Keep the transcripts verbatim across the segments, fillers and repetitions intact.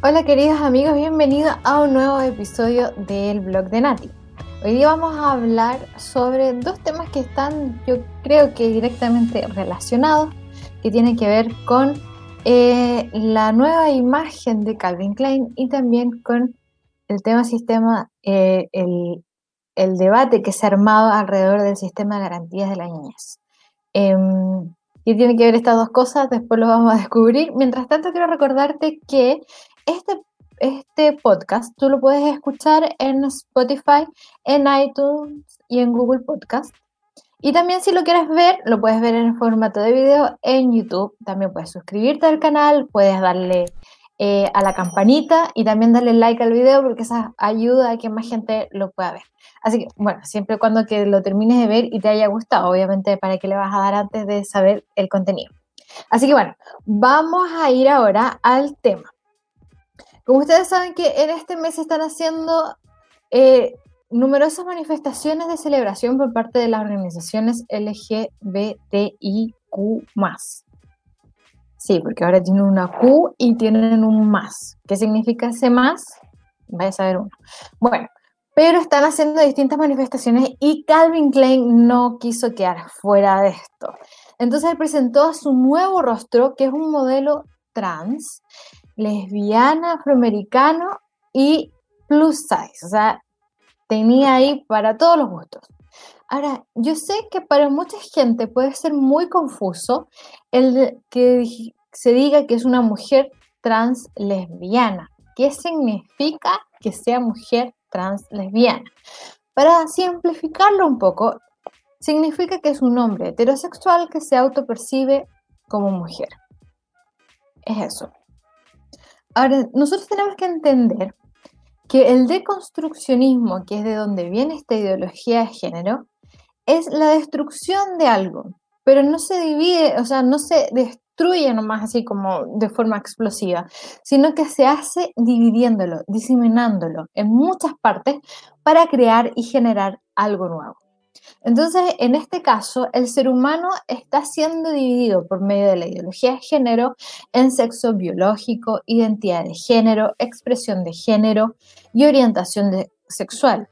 Hola queridos amigos, bienvenidos a un nuevo episodio del blog de Nati. Hoy día vamos a hablar sobre dos temas que están, yo creo que directamente relacionados, que tienen que ver con eh, la nueva imagen de Calvin Klein y también con el tema sistema, eh, el, el debate que se ha armado alrededor del sistema de garantías de la niñez. Eh, ¿Qué tiene que ver estas dos cosas? Después lo vamos a descubrir. Mientras tanto, quiero recordarte que este, este podcast tú lo puedes escuchar en Spotify, en iTunes y en Google Podcast. Y también si lo quieres ver, lo puedes ver en formato de video en YouTube. También puedes suscribirte al canal, puedes darle eh, a la campanita y también darle like al video porque eso ayuda a que más gente lo pueda ver. Así que, bueno, siempre y cuando que lo termines de ver y te haya gustado, obviamente, ¿para qué le vas a dar antes de saber el contenido? Así que, bueno, vamos a ir ahora al tema. Como ustedes saben que en este mes se están haciendo eh, numerosas manifestaciones de celebración por parte de las organizaciones L G B T I Q más. Sí, porque ahora tienen una Q y tienen un más. ¿Qué significa ese más? Vaya a saber uno. Bueno, pero están haciendo distintas manifestaciones y Calvin Klein no quiso quedar fuera de esto. Entonces él presentó su nuevo rostro, que es un modelo trans, lesbiana, afroamericano y plus size. O sea, tenía ahí para todos los gustos. Ahora, yo sé que para mucha gente puede ser muy confuso el que se diga que es una mujer trans lesbiana. ¿Qué significa que sea mujer trans lesbiana? Para simplificarlo un poco, significa que es un hombre heterosexual que se autopercibe como mujer. Es eso. Ahora, nosotros tenemos que entender que el deconstruccionismo, que es de donde viene esta ideología de género, es la destrucción de algo, pero no se divide, o sea, no se destruye nomás así como de forma explosiva, sino que se hace dividiéndolo, diseminándolo en muchas partes para crear y generar algo nuevo. Entonces, en este caso, el ser humano está siendo dividido por medio de la ideología de género en sexo biológico, identidad de género, expresión de género y orientación de, sexual.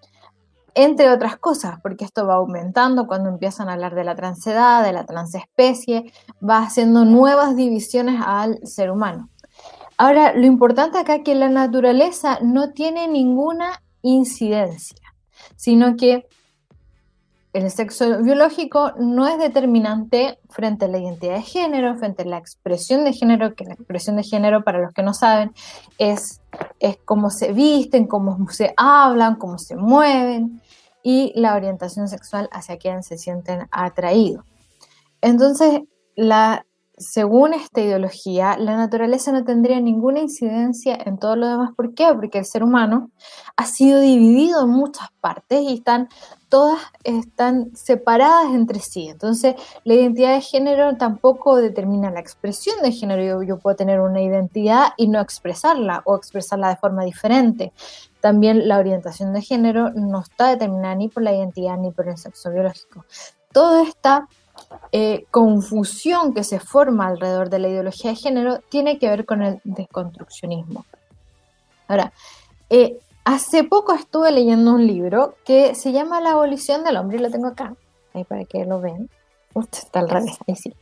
Entre otras cosas, porque esto va aumentando cuando empiezan a hablar de la transedad, de la transespecie, va haciendo nuevas divisiones al ser humano. Ahora, lo importante acá es que la naturaleza no tiene ninguna incidencia, sino que el sexo biológico no es determinante frente a la identidad de género, frente a la expresión de género, que la expresión de género, para los que no saben, es, es cómo se visten, cómo se hablan, cómo se mueven, y la orientación sexual hacia quien se sienten atraídos. Entonces, la, según esta ideología, la naturaleza no tendría ninguna incidencia en todo lo demás. ¿Por qué? Porque el ser humano ha sido dividido en muchas partes y están todas están separadas entre sí. Entonces, la identidad de género tampoco determina la expresión de género. Yo, yo puedo tener una identidad y no expresarla o expresarla de forma diferente. También la orientación de género no está determinada ni por la identidad ni por el sexo biológico. Toda esta eh, confusión que se forma alrededor de la ideología de género tiene que ver con el desconstruccionismo. Ahora, eh, hace poco estuve leyendo un libro que se llama La abolición del hombre, y lo tengo acá, ahí para que lo vean. Usted está al revés, ahí sí.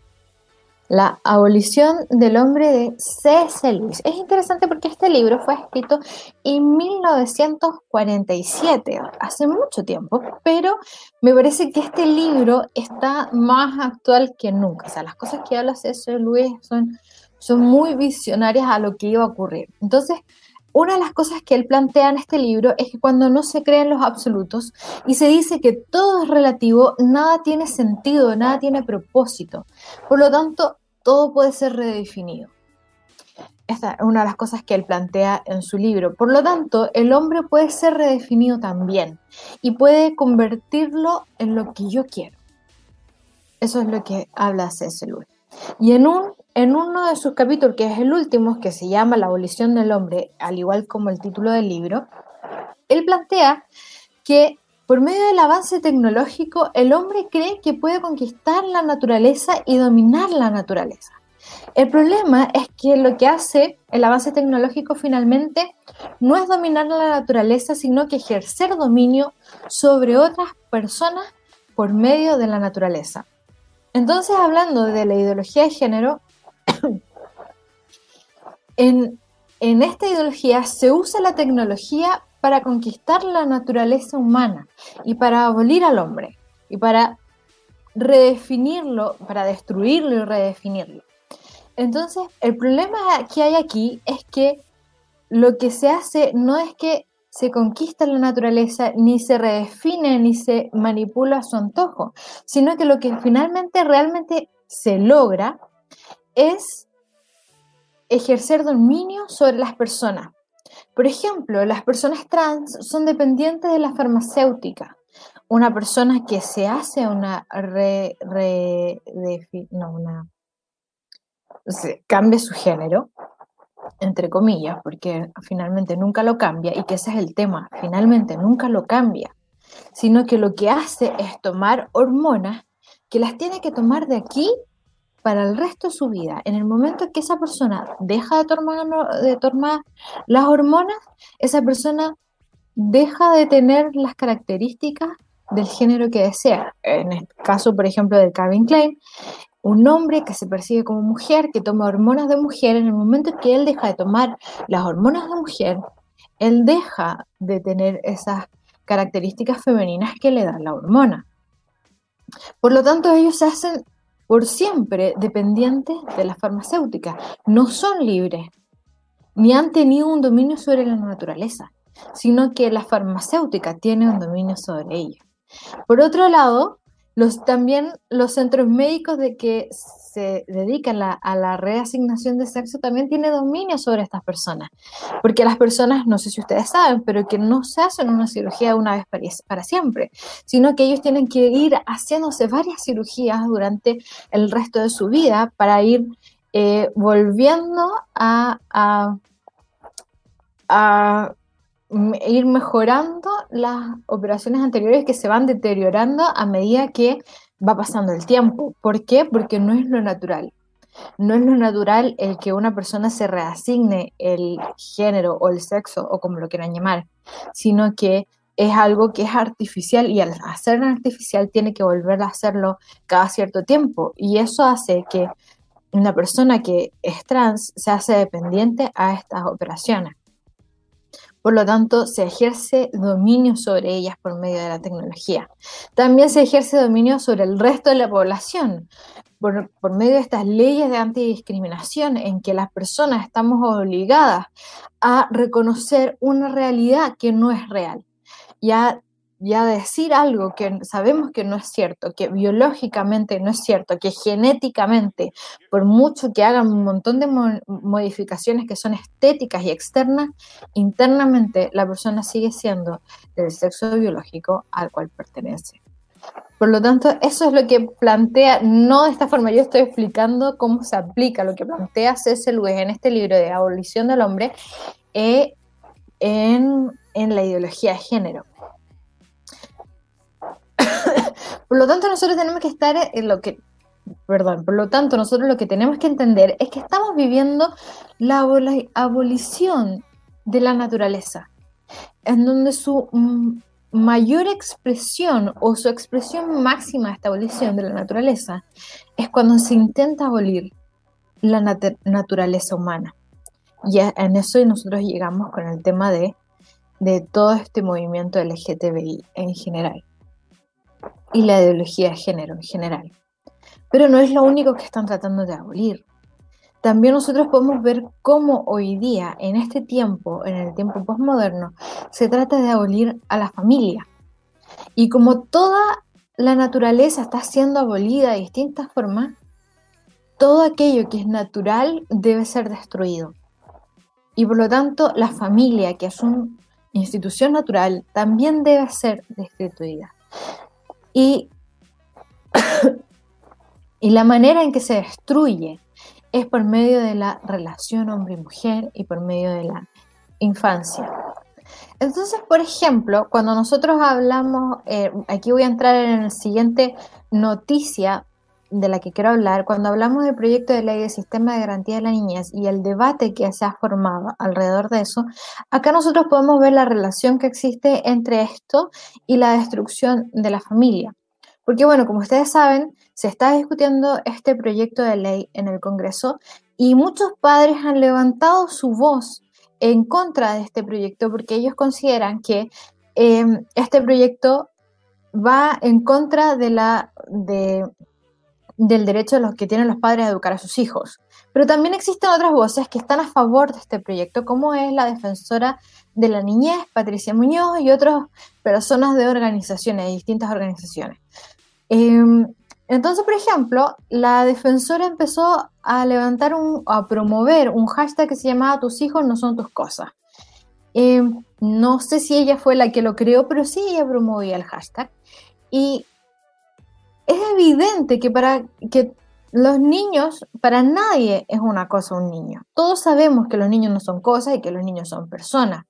La abolición del hombre de C S Lewis. Es interesante porque este libro fue escrito en mil novecientos cuarenta y siete, hace mucho tiempo, pero me parece que este libro está más actual que nunca. O sea, las cosas que habla C S Lewis son, son muy visionarias a lo que iba a ocurrir. Entonces, una de las cosas que él plantea en este libro es que cuando no se creen los absolutos y se dice que todo es relativo, nada tiene sentido, nada tiene propósito. Por lo tanto, todo puede ser redefinido. Esta es una de las cosas que él plantea en su libro. Por lo tanto, el hombre puede ser redefinido también y puede convertirlo en lo que yo quiero. Eso es lo que habla C S Lewis. Y en, un, en uno de sus capítulos, que es el último, que se llama La abolición del hombre, al igual como el título del libro, él plantea que por medio del avance tecnológico, el hombre cree que puede conquistar la naturaleza y dominar la naturaleza. El problema es que lo que hace el avance tecnológico finalmente no es dominar la naturaleza, sino que ejercer dominio sobre otras personas por medio de la naturaleza. Entonces, hablando de la ideología de género, en, en esta ideología se usa la tecnología para conquistar la naturaleza humana y para abolir al hombre y para redefinirlo, para destruirlo y redefinirlo. Entonces, el problema que hay aquí es que lo que se hace no es que se conquista la naturaleza, ni se redefine, ni se manipula a su antojo, sino que lo que finalmente realmente se logra es ejercer dominio sobre las personas. Por ejemplo, las personas trans son dependientes de la farmacéutica. Una persona que se hace una re, re, defi, no, una se cambia su género, entre comillas, porque finalmente nunca lo cambia, y que ese es el tema, finalmente nunca lo cambia, sino que lo que hace es tomar hormonas que las tiene que tomar de aquí para el resto de su vida. En el momento que esa persona deja de tomar, de tomar las hormonas, esa persona deja de tener las características del género que desea. En el caso, por ejemplo, de Calvin Klein, un hombre que se percibe como mujer, que toma hormonas de mujer, en el momento que él deja de tomar las hormonas de mujer, él deja de tener esas características femeninas que le dan la hormona. Por lo tanto, ellos se hacen por siempre dependientes de la farmacéutica. No son libres, ni han tenido un dominio sobre la naturaleza, sino que la farmacéutica tiene un dominio sobre ellos. Por otro lado, los, también los centros médicos de que se dedican a, a la reasignación de sexo también tienen dominio sobre estas personas, porque las personas, no sé si ustedes saben, pero que no se hacen una cirugía una vez para, para siempre, sino que ellos tienen que ir haciéndose varias cirugías durante el resto de su vida para ir eh, volviendo a, a, a ir mejorando las operaciones anteriores que se van deteriorando a medida que va pasando el tiempo. ¿Por qué? Porque no es lo natural. No es lo natural el que una persona se reasigne el género o el sexo o como lo quieran llamar, sino que es algo que es artificial y al hacerlo artificial tiene que volver a hacerlo cada cierto tiempo, y eso hace que una persona que es trans se hace dependiente a estas operaciones. Por lo tanto, se ejerce dominio sobre ellas por medio de la tecnología. También se ejerce dominio sobre el resto de la población por, por medio de estas leyes de antidiscriminación en que las personas estamos obligadas a reconocer una realidad que no es real y a, y a decir algo que sabemos que no es cierto, que biológicamente no es cierto, que genéticamente, por mucho que hagan un montón de mo- modificaciones que son estéticas y externas, internamente la persona sigue siendo del sexo biológico al cual pertenece. Por lo tanto, eso es lo que plantea, no de esta forma, yo estoy explicando cómo se aplica lo que plantea C S. Lewis en este libro de Abolición del Hombre eh, en, en la ideología de género. Por lo tanto, nosotros tenemos que estar en lo que, perdón, por lo tanto, nosotros lo que tenemos que entender es que estamos viviendo la abol- abolición de la naturaleza, en donde su mm, mayor expresión o su expresión máxima de esta abolición de la naturaleza es cuando se intenta abolir la nat- naturaleza humana. Y en eso nosotros llegamos con el tema de, de todo este movimiento L G T B I en general y la ideología de género en general. Pero no es lo único que están tratando de abolir. También nosotros podemos ver cómo hoy día, en este tiempo, en el tiempo postmoderno, se trata de abolir a la familia. Y como toda la naturaleza está siendo abolida de distintas formas, todo aquello que es natural debe ser destruido. Y por lo tanto, la familia, que es una institución natural, también debe ser destituida. Y, y la manera en que se destruye es por medio de la relación hombre y mujer y por medio de la infancia. Entonces, por ejemplo, cuando nosotros hablamos, eh, aquí voy a entrar en la siguiente noticia de la que quiero hablar, cuando hablamos del proyecto de ley del sistema de garantía de la niñez y el debate que se ha formado alrededor de eso, acá nosotros podemos ver la relación que existe entre esto y la destrucción de la familia. Porque bueno, como ustedes saben, se está discutiendo este proyecto de ley en el Congreso y muchos padres han levantado su voz en contra de este proyecto porque ellos consideran que eh, este proyecto va en contra de la, de, del derecho de los que tienen los padres a educar a sus hijos. Pero también existen otras voces que están a favor de este proyecto, como es la defensora de la niñez, Patricia Muñoz, y otras personas de organizaciones, de distintas organizaciones. Eh, entonces, por ejemplo, la defensora empezó a levantar, un, a promover un hashtag que se llamaba Tus hijos no son tus cosas. Eh, no sé si ella fue la que lo creó, pero sí ella promovía el hashtag. Y es evidente que para que los niños, para nadie es una cosa un niño. Todos sabemos que los niños no son cosas y que los niños son personas.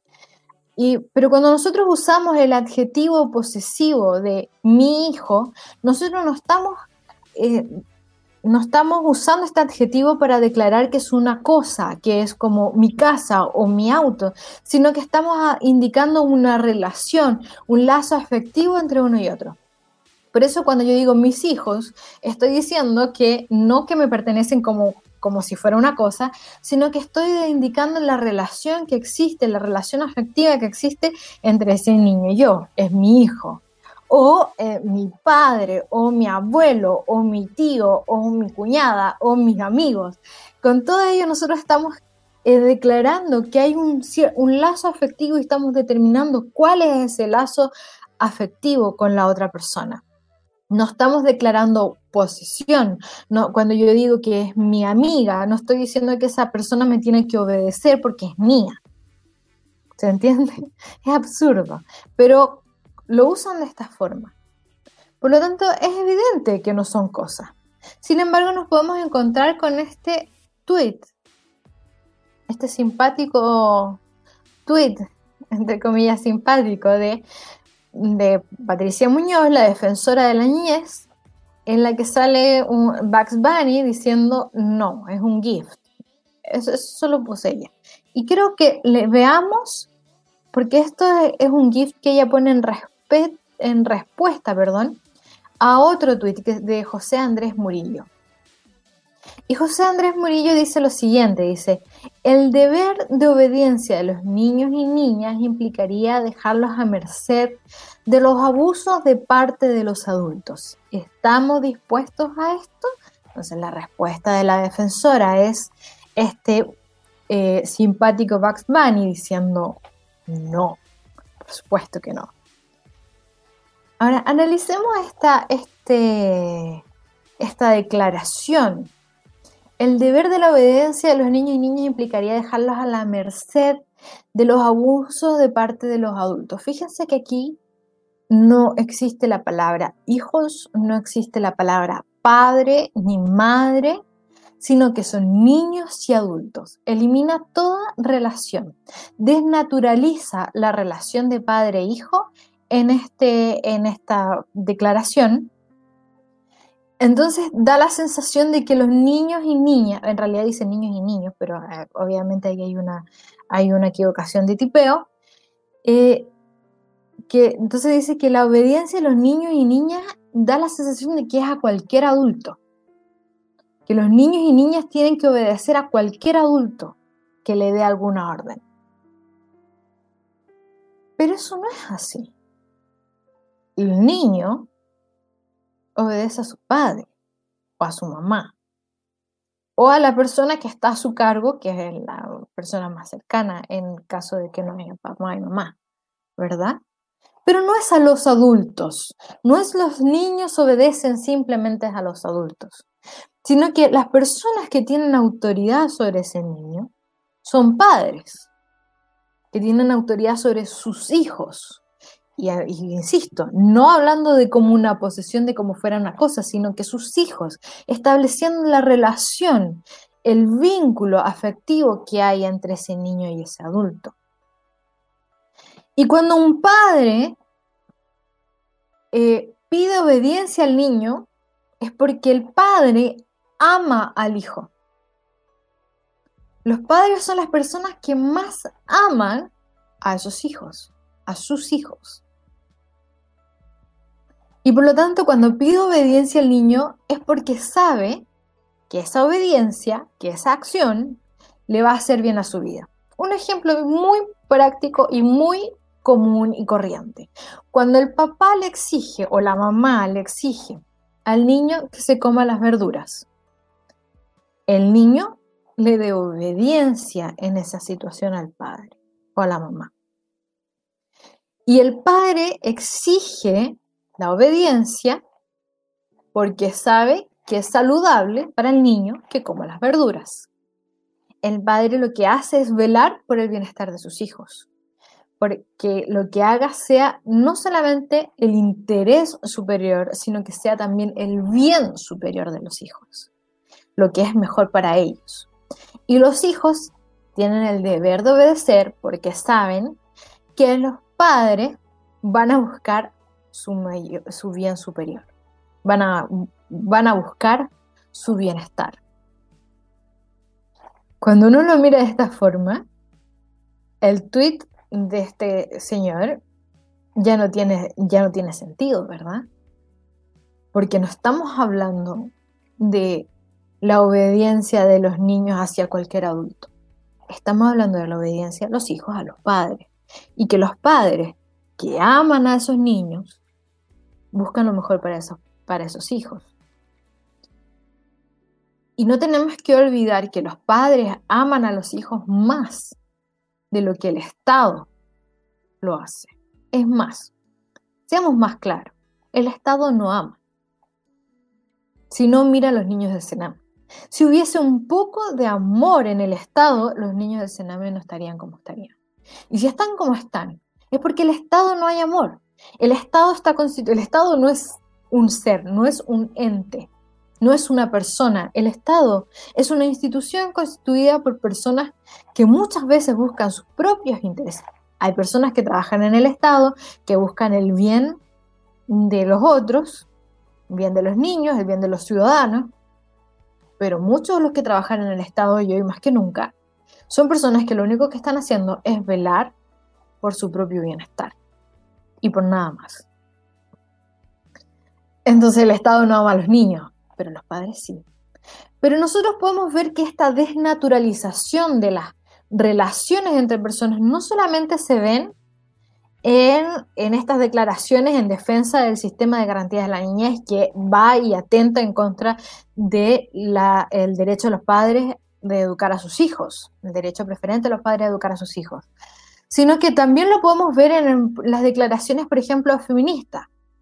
Y, pero cuando nosotros usamos el adjetivo posesivo de mi hijo, nosotros no estamos, eh, no estamos usando este adjetivo para declarar que es una cosa, que es como mi casa o mi auto, sino que estamos indicando una relación, un lazo afectivo entre uno y otro. Por eso cuando yo digo mis hijos, estoy diciendo que no que me pertenecen como, como si fuera una cosa, sino que estoy indicando la relación que existe, la relación afectiva que existe entre ese niño y yo. Es mi hijo, o eh, mi padre, o mi abuelo, o mi tío, o mi cuñada, o mis amigos. Con todo ello nosotros estamos eh, declarando que hay un, un lazo afectivo y estamos determinando cuál es ese lazo afectivo con la otra persona. No estamos declarando posesión. No, cuando yo digo que es mi amiga, no estoy diciendo que esa persona me tiene que obedecer porque es mía. ¿Se entiende? Es absurdo. Pero lo usan de esta forma. Por lo tanto, es evidente que no son cosas. Sin embargo, nos podemos encontrar con este tweet. Este simpático tweet, entre comillas, simpático de... de Patricia Muñoz, la defensora de la niñez, en la que sale un Bugs Bunny diciendo no, es un gift. Eso, eso solo puse ella. Y creo que le veamos, porque esto es, es un gift que ella pone en, respe- en respuesta perdón, a otro tuit que es de José Andrés Murillo. Y José Andrés Murillo dice lo siguiente, dice, el deber de obediencia de los niños y niñas implicaría dejarlos a merced de los abusos de parte de los adultos. ¿Estamos dispuestos a esto? Entonces la respuesta de la defensora es este eh, simpático Bugs Bunny diciendo no, por supuesto que no. Ahora, analicemos esta, este, esta declaración. El deber de la obediencia de los niños y niñas implicaría dejarlos a la merced de los abusos de parte de los adultos. Fíjense que aquí no existe la palabra hijos, no existe la palabra padre ni madre, sino que son niños y adultos. Elimina toda relación, desnaturaliza la relación de padre e hijo en, este, en esta declaración. Entonces da la sensación de que los niños y niñas, en realidad dice niños y niños, pero eh, obviamente ahí hay una, hay una equivocación de tipeo, eh, que entonces dice que la obediencia de los niños y niñas da la sensación de que es a cualquier adulto, que los niños y niñas tienen que obedecer a cualquier adulto que le dé alguna orden. Pero eso no es así. El niño obedece a su padre o a su mamá o a la persona que está a su cargo, que es la persona más cercana en caso de que no haya papá y mamá, ¿verdad? Pero no es a los adultos, no es los niños obedecen simplemente a los adultos, sino que las personas que tienen autoridad sobre ese niño son padres, que tienen autoridad sobre sus hijos. Y, y insisto, no hablando de como una posesión de como fuera una cosa, sino que sus hijos, estableciendo la relación, el vínculo afectivo que hay entre ese niño y ese adulto. Y cuando un padre eh, pide obediencia al niño, es porque el padre ama al hijo. Los padres son las personas que más aman a esos hijos, a sus hijos. Y por lo tanto, cuando pide obediencia al niño es porque sabe que esa obediencia, que esa acción, le va a hacer bien a su vida. Un ejemplo muy práctico y muy común y corriente. Cuando el papá le exige o la mamá le exige al niño que se coma las verduras, el niño le dé obediencia en esa situación al padre o a la mamá. Y el padre exige la obediencia porque sabe que es saludable para el niño que coma las verduras. El padre lo que hace es velar por el bienestar de sus hijos, porque lo que haga sea no solamente el interés superior, sino que sea también el bien superior de los hijos, lo que es mejor para ellos. Y los hijos tienen el deber de obedecer porque saben que los padres van a buscar su, mayor, su bien superior, van a, van a buscar su bienestar. Cuando uno lo mira de esta forma, el tweet de este señor ya no tiene, ya no tiene sentido, ¿verdad? Porque no estamos hablando de la obediencia de los niños hacia cualquier adulto. Estamos hablando de la obediencia de los hijos a los padres. Y que los padres que aman a esos niños buscan lo mejor para esos, para esos hijos. Y no tenemos que olvidar que los padres aman a los hijos más de lo que el Estado lo hace. Es más, seamos más claros, el Estado no ama. Si no, mira a los niños del Sename. Si hubiese un poco de amor en el Estado, los niños del Sename no estarían como estarían. Y si están como están, es porque el Estado no hay amor. El Estado está constitu- el Estado no es un ser, no es un ente, no es una persona. El Estado es una institución constituida por personas que muchas veces buscan sus propios intereses. Hay personas que trabajan en el Estado que buscan el bien de los otros, el bien de los niños, el bien de los ciudadanos, pero muchos de los que trabajan en el Estado, y hoy más que nunca, son personas que lo único que están haciendo es velar por su propio bienestar y por nada más. Entonces el Estado no ama a los niños, pero los padres sí. Pero nosotros podemos ver que esta desnaturalización de las relaciones entre personas no solamente se ven en, en estas declaraciones en defensa del sistema de garantías de la niñez que va y atenta en contra del de derecho de los padres de educar a sus hijos, el derecho preferente de los padres de educar a sus hijos, sino que también lo podemos ver en las declaraciones, por ejemplo, feministas.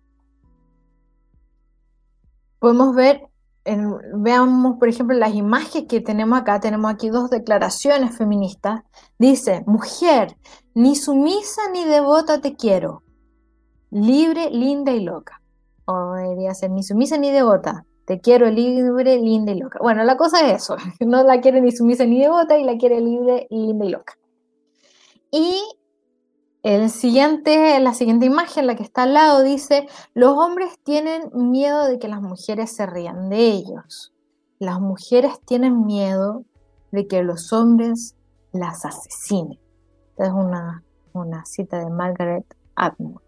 Podemos ver, en, veamos, por ejemplo, las imágenes que tenemos acá. Tenemos aquí dos declaraciones feministas. Dice: mujer, ni sumisa ni devota te quiero, libre, linda y loca. O debería ser: ni sumisa ni devota, te quiero libre, linda y loca. Bueno, la cosa es eso, no la quiere ni sumisa ni devota y la quiere libre, linda y loca. Y el siguiente, la siguiente imagen, la que está al lado, dice: los hombres tienen miedo de que las mujeres se rían de ellos. Las mujeres tienen miedo de que los hombres las asesinen. Esta es una, una cita de Margaret Atwood.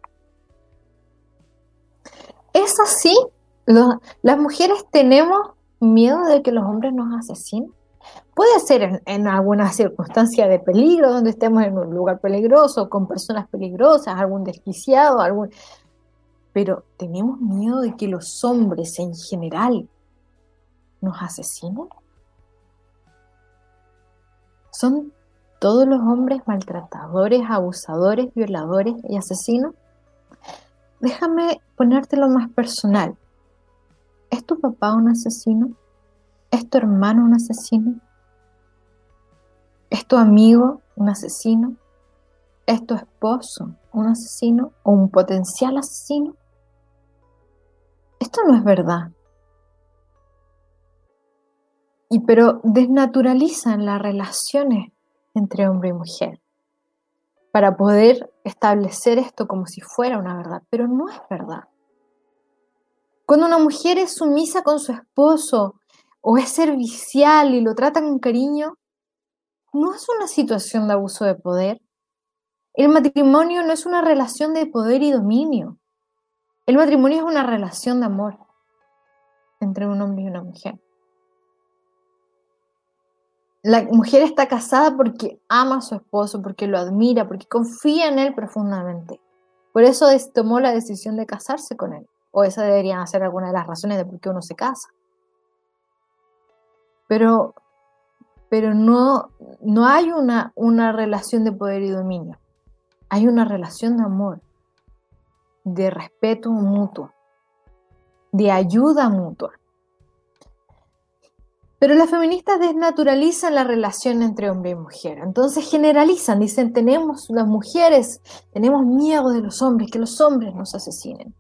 ¿Es así? Los, ¿Las mujeres tenemos miedo de que los hombres nos asesinen? Puede ser en, en alguna circunstancia de peligro, donde estemos en un lugar peligroso, con personas peligrosas, algún desquiciado, algún... pero ¿tenemos miedo de que los hombres en general nos asesinen? ¿Son todos los hombres maltratadores, abusadores, violadores y asesinos? Déjame ponértelo más personal. ¿Es tu papá un asesino? ¿Es tu hermano un asesino? ¿Es tu amigo un asesino? ¿Es tu esposo un asesino o un potencial asesino? Esto no es verdad. Y pero desnaturalizan las relaciones entre hombre y mujer para poder establecer esto como si fuera una verdad, pero no es verdad. Cuando una mujer es sumisa con su esposo o es servicial y lo trata con cariño, no es una situación de abuso de poder. El matrimonio no es una relación de poder y dominio. El matrimonio es una relación de amor entre un hombre y una mujer. La mujer está casada porque ama a su esposo, porque lo admira, porque confía en él profundamente. Por eso tomó la decisión de casarse con él. O esa deberían ser algunas de las razones de por qué uno se casa. Pero, pero no, no hay una, una relación de poder y dominio. Hay una relación de amor, de respeto mutuo, de ayuda mutua. Pero las feministas desnaturalizan la relación entre hombre y mujer. Entonces generalizan, dicen, tenemos las mujeres, tenemos miedo de los hombres, que los hombres nos asesinen.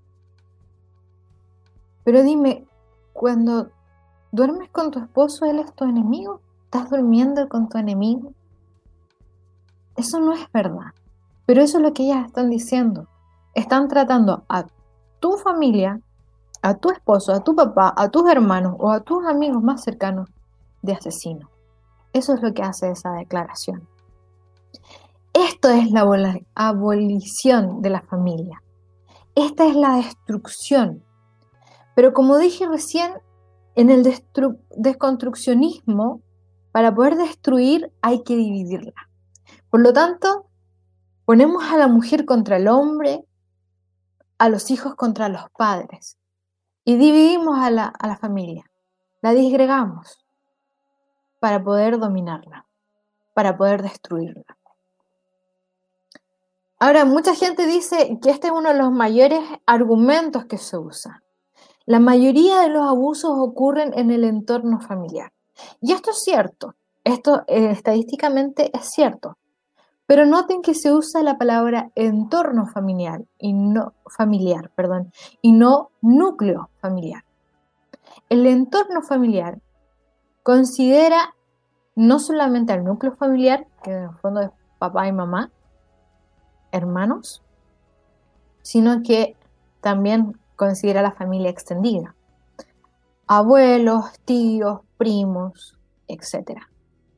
Pero dime, cuando duermes con tu esposo, ¿él es tu enemigo? ¿Estás durmiendo con tu enemigo? Eso no es verdad. Pero eso es lo que ellas están diciendo. Están tratando a tu familia, a tu esposo, a tu papá, a tus hermanos o a tus amigos más cercanos de asesino. Eso es lo que hace esa declaración. Esto es la abolición de la familia. Esta es la destrucción. Pero como dije recién, en el desconstruccionismo, para poder destruir hay que dividirla. Por lo tanto, ponemos a la mujer contra el hombre, a los hijos contra los padres. Y dividimos a la, a la familia, la disgregamos para poder dominarla, para poder destruirla. Ahora, mucha gente dice que este es uno de los mayores argumentos que se usa. La mayoría de los abusos ocurren en el entorno familiar. Y esto es cierto, esto eh, estadísticamente es cierto. Pero noten que se usa la palabra entorno familiar y no familiar, perdón, y no núcleo familiar. El entorno familiar considera no solamente al núcleo familiar, que en el fondo es papá y mamá, hermanos, sino que también considera la familia extendida, abuelos, tíos, primos, etcétera.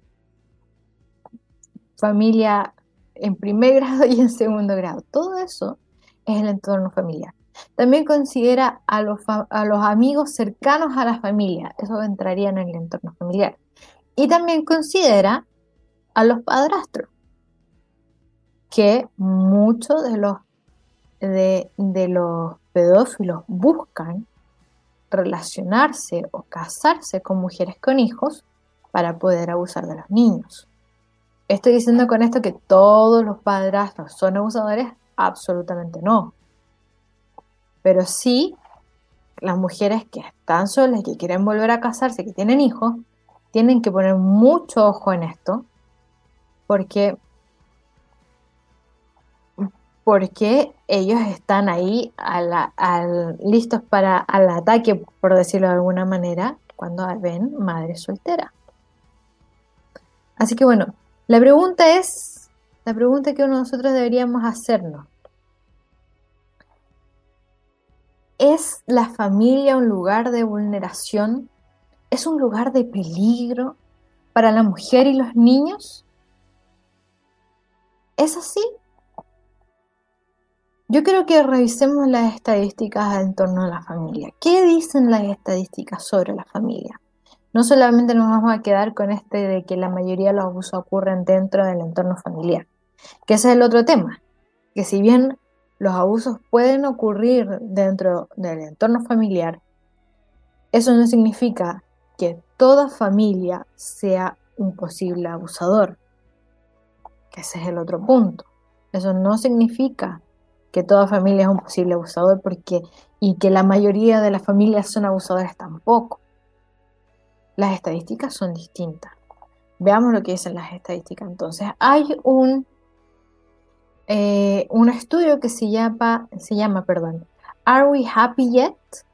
Familia en primer grado y en segundo grado. Todo eso es el entorno familiar. También considera a los, a los amigos cercanos a la familia. Eso entraría en el entorno familiar. Y también considera a los padrastros, que muchos de los, de, de los pedófilos buscan relacionarse o casarse con mujeres con hijos para poder abusar de los niños. ¿Estoy diciendo con esto que todos los padrastros son abusadores? Absolutamente no. Pero sí, las mujeres que están solas, que quieren volver a casarse, que tienen hijos, tienen que poner mucho ojo en esto, porque, porque ellos están ahí a la, al, listos para el ataque, por decirlo de alguna manera, cuando ven madres solteras. Así que bueno, La pregunta es, la pregunta que nosotros deberíamos hacernos. ¿Es la familia un lugar de vulneración? ¿Es un lugar de peligro para la mujer y los niños? ¿Es así? Yo creo que revisemos las estadísticas en torno a la familia. ¿Qué dicen las estadísticas sobre la familia? No solamente nos vamos a quedar con este de que la mayoría de los abusos ocurren dentro del entorno familiar, que ese es el otro tema, que si bien los abusos pueden ocurrir dentro del entorno familiar, eso no significa que toda familia sea un posible abusador, que ese es el otro punto. Eso no significa que toda familia es un posible abusador porque, y que la mayoría de las familias son abusadores tampoco. Las estadísticas son distintas. Veamos lo que dicen las estadísticas. Entonces, hay un, eh, un estudio que se llama, se llama, perdón, ¿Are We Happy Yet?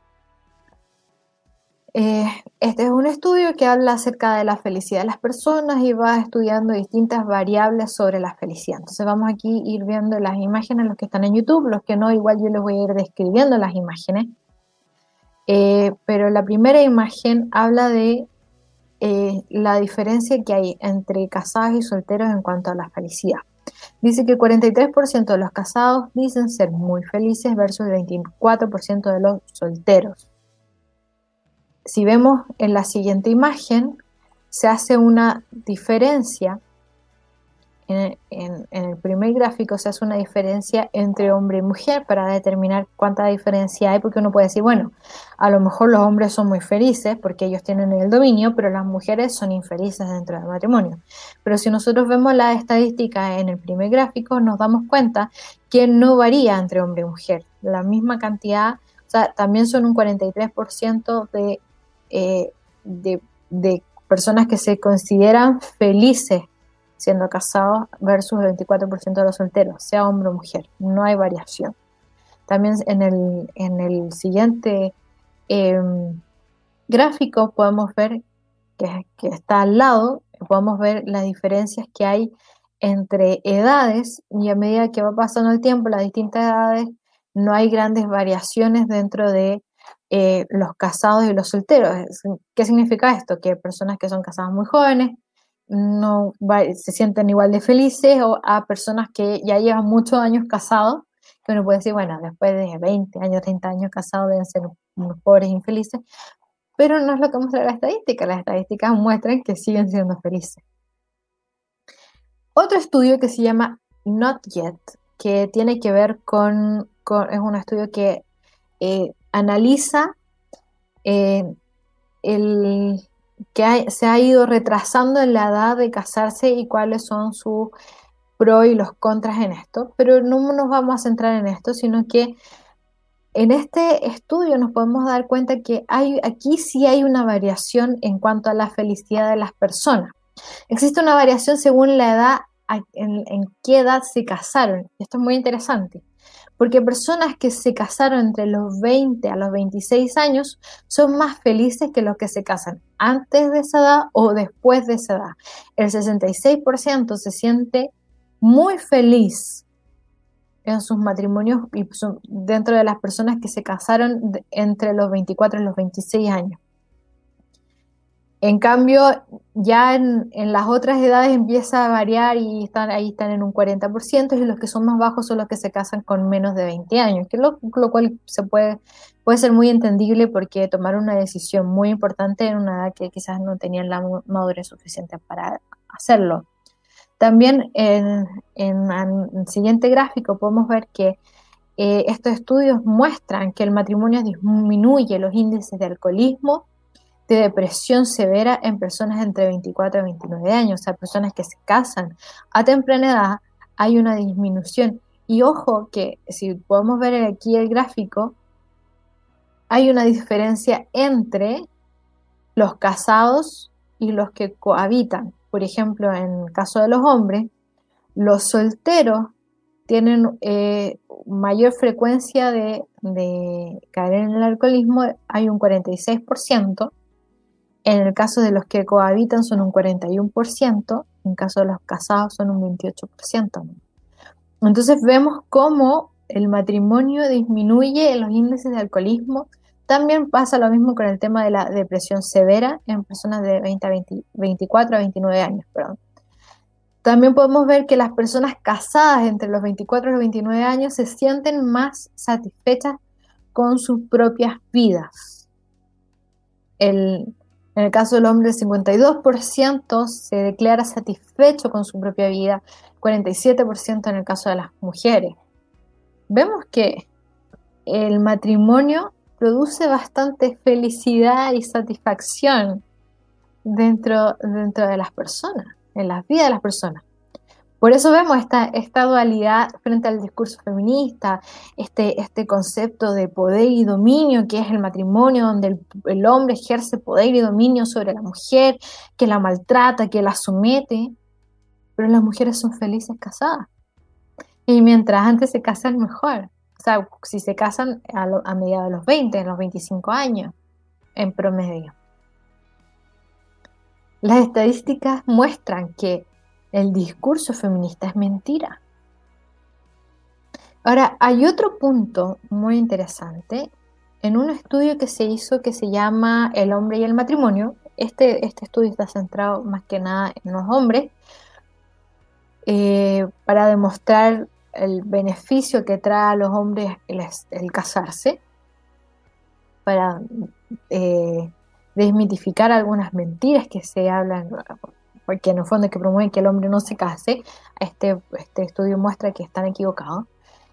Eh, este es un estudio que habla acerca de la felicidad de las personas y va estudiando distintas variables sobre la felicidad. Entonces vamos aquí a ir viendo las imágenes, los que están en YouTube, los que no, igual yo les voy a ir describiendo las imágenes. Eh, pero la primera imagen habla de eh, la diferencia que hay entre casados y solteros en cuanto a la felicidad. Dice que el cuarenta y tres por ciento de los casados dicen ser muy felices versus el veinticuatro por ciento de los solteros. Si vemos en la siguiente imagen, se hace una diferencia. En, en, en el primer gráfico se hace una diferencia entre hombre y mujer para determinar cuánta diferencia hay, porque uno puede decir, bueno, a lo mejor los hombres son muy felices porque ellos tienen el dominio, pero las mujeres son infelices dentro del matrimonio. Pero si nosotros vemos la estadística en el primer gráfico, nos damos cuenta que no varía entre hombre y mujer. La misma cantidad, o sea, también son un cuarenta y tres por ciento de, eh, de, de personas que se consideran felices siendo casados versus el veinticuatro por ciento de los solteros, sea hombre o mujer, no hay variación. También en el, en el siguiente eh, gráfico podemos ver que, que está al lado, podemos ver las diferencias que hay entre edades, y a medida que va pasando el tiempo, las distintas edades, no hay grandes variaciones dentro de eh, los casados y los solteros. ¿Qué significa esto? Que personas que son casadas muy jóvenes no va, se sienten igual de felices, o a personas que ya llevan muchos años casados, que uno puede decir, bueno, después de veinte años, treinta años casados deben ser unos pobres infelices, pero no es lo que muestra la estadística. Las estadísticas muestran que siguen siendo felices. Otro estudio que se llama Not Yet, que tiene que ver con, con es un estudio que eh, analiza eh, el que hay, se ha ido retrasando en la edad de casarse y cuáles son sus pros y los contras en esto, pero no nos vamos a centrar en esto, sino que en este estudio nos podemos dar cuenta que hay, aquí sí hay una variación en cuanto a la felicidad de las personas. Existe una variación según la edad, en, en qué edad se casaron. Esto es muy interesante, porque personas que se casaron entre los veinte a los veintiséis años son más felices que los que se casan antes de esa edad o después de esa edad. El sesenta y seis por ciento se siente muy feliz en sus matrimonios y dentro de las personas que se casaron entre los veinticuatro y los veintiséis años. En cambio, ya en, en las otras edades empieza a variar y están, ahí están en un cuarenta por ciento, y los que son más bajos son los que se casan con menos de veinte años, que lo, lo cual se puede, puede ser muy entendible, porque tomar una decisión muy importante en una edad que quizás no tenían la madurez suficiente para hacerlo. También en, en, en el siguiente gráfico podemos ver que eh, estos estudios muestran que el matrimonio disminuye los índices de alcoholismo, de depresión severa en personas entre veinticuatro y veintinueve años, o sea, personas que se casan a temprana edad, hay una disminución. Y ojo que si podemos ver aquí el gráfico, hay una diferencia entre los casados y los que cohabitan. Por ejemplo, en el caso de los hombres, los solteros tienen eh, mayor frecuencia de, de caer en el alcoholismo, hay un cuarenta y seis por ciento. En el caso de los que cohabitan son un cuarenta y uno por ciento, en caso de los casados son un veintiocho por ciento. Entonces vemos cómo el matrimonio disminuye los índices de alcoholismo. También pasa lo mismo con el tema de la depresión severa en personas de veinte a veinte, veinticuatro a veintinueve años. Perdón. También podemos ver que las personas casadas entre los veinticuatro y los veintinueve años se sienten más satisfechas con sus propias vidas. El En el caso del hombre, el cincuenta y dos por ciento se declara satisfecho con su propia vida, cuarenta y siete por ciento en el caso de las mujeres. Vemos que el matrimonio produce bastante felicidad y satisfacción dentro, dentro de las personas, en las vidas de las personas. Por eso vemos esta, esta dualidad frente al discurso feminista, este, este concepto de poder y dominio que es el matrimonio, donde el, el hombre ejerce poder y dominio sobre la mujer, que la maltrata, que la somete, pero las mujeres son felices casadas. Y mientras antes se casan mejor, o sea, si se casan a, lo, a mediados de los veinte, en los veinticinco años, en promedio. Las estadísticas muestran que el discurso feminista es mentira. Ahora, hay otro punto muy interesante en un estudio que se hizo que se llama El hombre y el matrimonio. Este, este estudio está centrado más que nada en los hombres, eh, para demostrar el beneficio que trae a los hombres el, el casarse, para eh, desmitificar algunas mentiras que se hablan, porque en el fondo es que promueven que el hombre no se case. Este, este estudio muestra que están equivocados.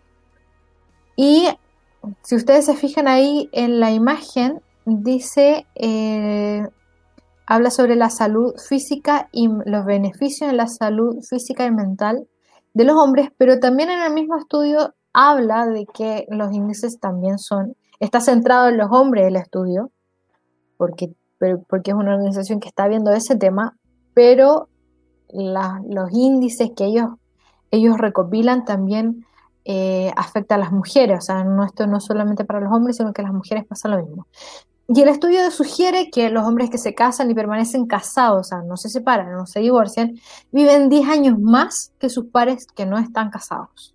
Y si ustedes se fijan ahí en la imagen, dice, eh, habla sobre la salud física y los beneficios en la salud física y mental de los hombres, pero también en el mismo estudio habla de que los índices también son, está centrado en los hombres el estudio, porque, porque es una organización que está viendo ese tema, pero la, los índices que ellos, ellos recopilan también eh, afecta a las mujeres. O sea, no, esto no es solamente para los hombres, sino que a las mujeres pasa lo mismo. Y el estudio sugiere que los hombres que se casan y permanecen casados, o sea, no se separan, no se divorcian, viven diez años más que sus pares que no están casados.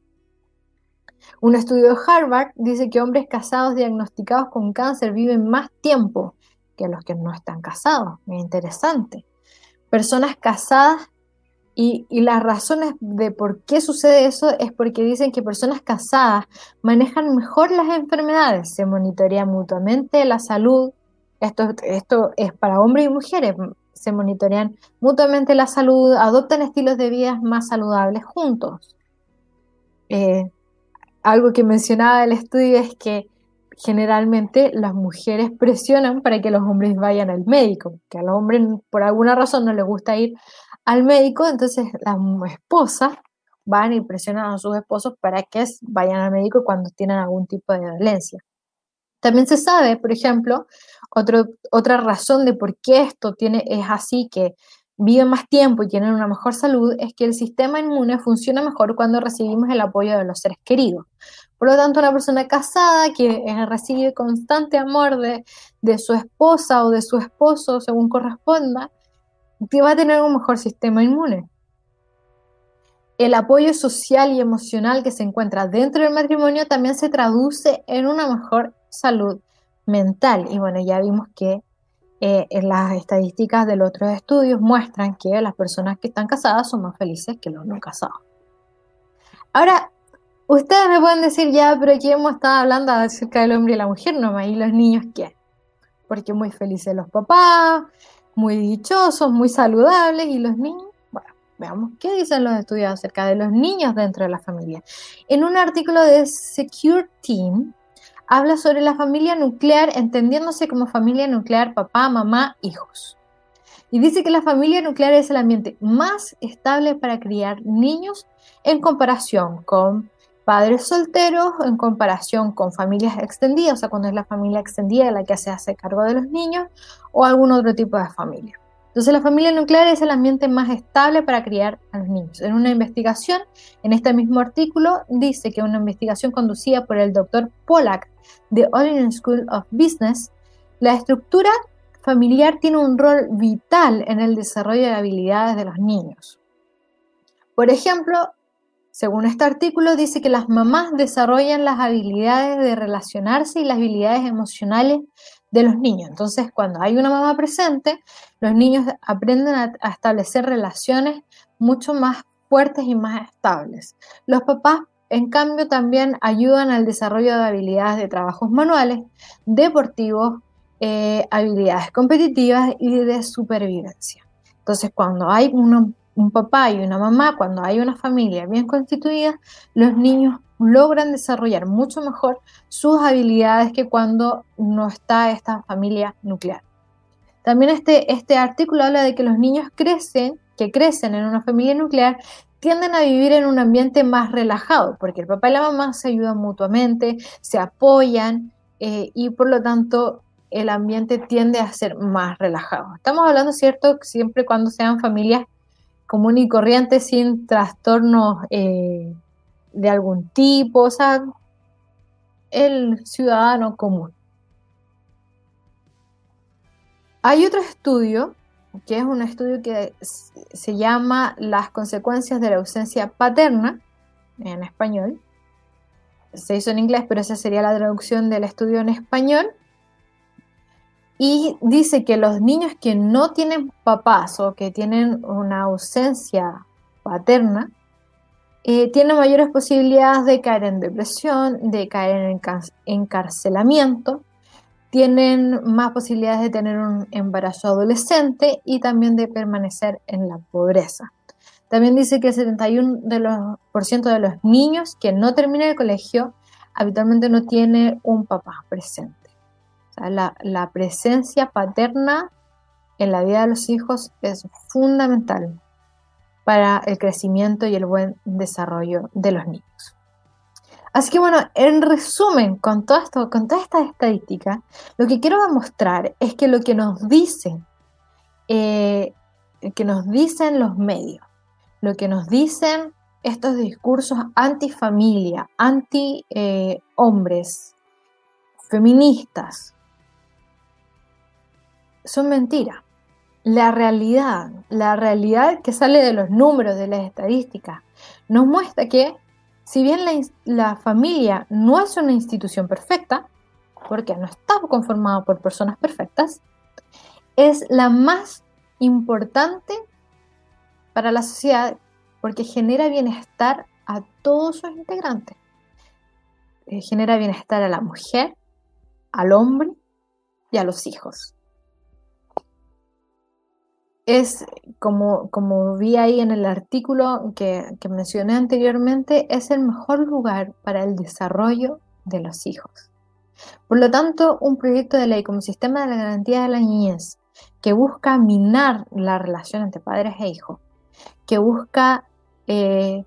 Un estudio de Harvard dice que hombres casados diagnosticados con cáncer viven más tiempo que los que no están casados. Es interesante. Personas casadas, y, y las razones de por qué sucede eso es porque dicen que personas casadas manejan mejor las enfermedades, se monitorea mutuamente la salud. Esto, esto es para hombres y mujeres, se monitorean mutuamente la salud, adoptan estilos de vida más saludables juntos. Eh, algo que mencionaba el estudio es que generalmente las mujeres presionan para que los hombres vayan al médico, que a los hombres por alguna razón no les gusta ir al médico, entonces las esposas van y presionan a sus esposos para que vayan al médico cuando tienen algún tipo de dolencia. También se sabe, por ejemplo, otro, otra razón de por qué esto tiene, es así, que viven más tiempo y tienen una mejor salud, es que el sistema inmune funciona mejor cuando recibimos el apoyo de los seres queridos. Por lo tanto, una persona casada que recibe constante amor de, de su esposa o de su esposo, según corresponda, va a tener un mejor sistema inmune. El apoyo social y emocional que se encuentra dentro del matrimonio también se traduce en una mejor salud mental. Y bueno, ya vimos que eh, en las estadísticas de los otros estudios muestran que las personas que están casadas son más felices que los no casados. Ahora, ustedes me pueden decir, ya, pero aquí hemos estado hablando acerca del hombre y la mujer nomás, ¿y los niños qué? Porque muy felices los papás, muy dichosos, muy saludables, y los niños, bueno, veamos qué dicen los estudios acerca de los niños dentro de la familia. En un artículo de Secure Team, habla sobre la familia nuclear, entendiéndose como familia nuclear papá, mamá, hijos. Y dice que la familia nuclear es el ambiente más estable para criar niños en comparación con padres solteros, en comparación con familias extendidas, o sea, cuando es la familia extendida la que se hace cargo de los niños, o algún otro tipo de familia. Entonces, la familia nuclear es el ambiente más estable para criar a los niños. En una investigación, en este mismo artículo, dice que una investigación conducida por el doctor Pollack de Olin School of Business, la estructura familiar tiene un rol vital en el desarrollo de habilidades de los niños. Por ejemplo, según este artículo, dice que las mamás desarrollan las habilidades de relacionarse y las habilidades emocionales de los niños. Entonces, cuando hay una mamá presente, los niños aprenden a, a establecer relaciones mucho más fuertes y más estables. Los papás, en cambio, también ayudan al desarrollo de habilidades de trabajos manuales, deportivos, eh, habilidades competitivas y de supervivencia. Entonces, cuando hay uno, un papá y una mamá, cuando hay una familia bien constituida, los niños logran desarrollar mucho mejor sus habilidades que cuando no está esta familia nuclear. También este, este artículo habla de que los niños crecen, que crecen en una familia nuclear, tienden a vivir en un ambiente más relajado, porque el papá y la mamá se ayudan mutuamente, se apoyan, eh, y por lo tanto el ambiente tiende a ser más relajado. Estamos hablando, ¿cierto?, siempre cuando sean familias comunes y corrientes, sin trastornos eh, de algún tipo, o sea, el ciudadano común. Hay otro estudio, que es un estudio que se llama Las consecuencias de la ausencia paterna, en español, se hizo en inglés, pero esa sería la traducción del estudio en español. Y dice que los niños que no tienen papás o que tienen una ausencia paterna, eh, tienen mayores posibilidades de caer en depresión, de caer en encar- encarcelamiento, tienen más posibilidades de tener un embarazo adolescente y también de permanecer en la pobreza. También dice que el setenta y uno por ciento de los niños que no terminan el colegio habitualmente no tiene un papá presente. O sea, la, la presencia paterna en la vida de los hijos es fundamental para el crecimiento y el buen desarrollo de los niños. Así que bueno, en resumen, con todo esto, con toda esta estadística, lo que quiero demostrar es que lo que nos dicen, eh, que nos dicen los medios, lo que nos dicen estos discursos antifamilia, anti-hombres, eh, feministas, son mentiras. La realidad, la realidad que sale de los números, de las estadísticas, nos muestra que si bien la, la familia no es una institución perfecta, porque no está conformada por personas perfectas, es la más importante para la sociedad porque genera bienestar a todos sus integrantes. Eh, genera bienestar a la mujer, al hombre y a los hijos. Es, como, como vi ahí en el artículo que, que mencioné anteriormente, es el mejor lugar para el desarrollo de los hijos. Por lo tanto, un proyecto de ley como Sistema de la Garantía de la Niñez, que busca minar la relación entre padres e hijos, que busca eh,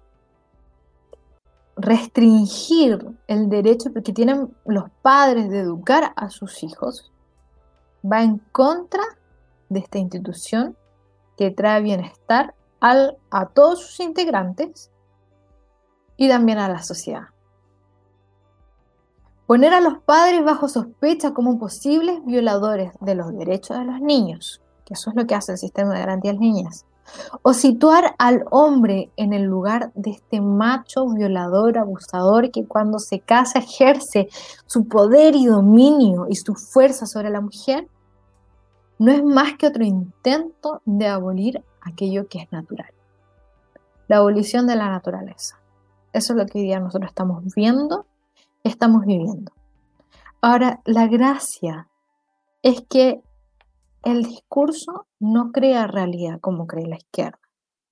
restringir el derecho que tienen los padres de educar a sus hijos, va en contra de esta institución que trae bienestar al, a todos sus integrantes y también a la sociedad. Poner a los padres bajo sospecha como posibles violadores de los derechos de los niños, que eso es lo que hace el Sistema de Garantía de las Niñez, o situar al hombre en el lugar de este macho violador, abusador, que cuando se casa ejerce su poder y dominio y su fuerza sobre la mujer, no es más que otro intento de abolir aquello que es natural. La abolición de la naturaleza. Eso es lo que hoy día nosotros estamos viendo, estamos viviendo. Ahora, la gracia es que el discurso no crea realidad como cree la izquierda.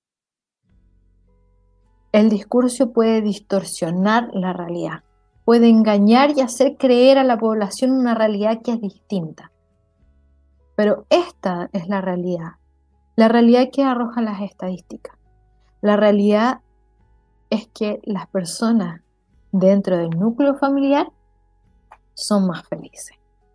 El discurso puede distorsionar la realidad, puede engañar y hacer creer a la población una realidad que es distinta. Pero esta es la realidad, la realidad que arrojan las estadísticas. La realidad es que las personas dentro del núcleo familiar son más felices.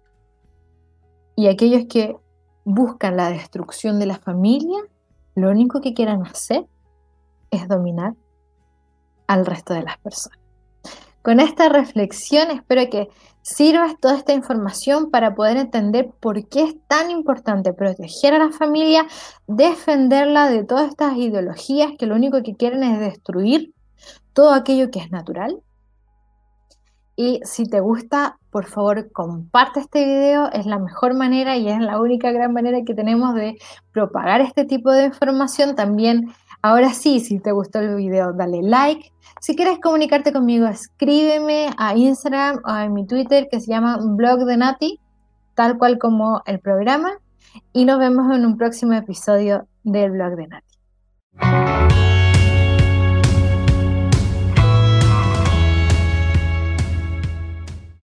Y aquellos que buscan la destrucción de la familia, lo único que quieran hacer es dominar al resto de las personas. Con esta reflexión espero que sirvas toda esta información para poder entender por qué es tan importante proteger a la familia, defenderla de todas estas ideologías que lo único que quieren es destruir todo aquello que es natural. Y si te gusta, por favor, comparte este video. Es la mejor manera y es la única gran manera que tenemos de propagar este tipo de información. También, ahora sí, si te gustó el video, dale like. Si quieres comunicarte conmigo, escríbeme a Instagram o a mi Twitter, que se llama Blog de Nati, tal cual como el programa. Y nos vemos en un próximo episodio del Blog de Nati.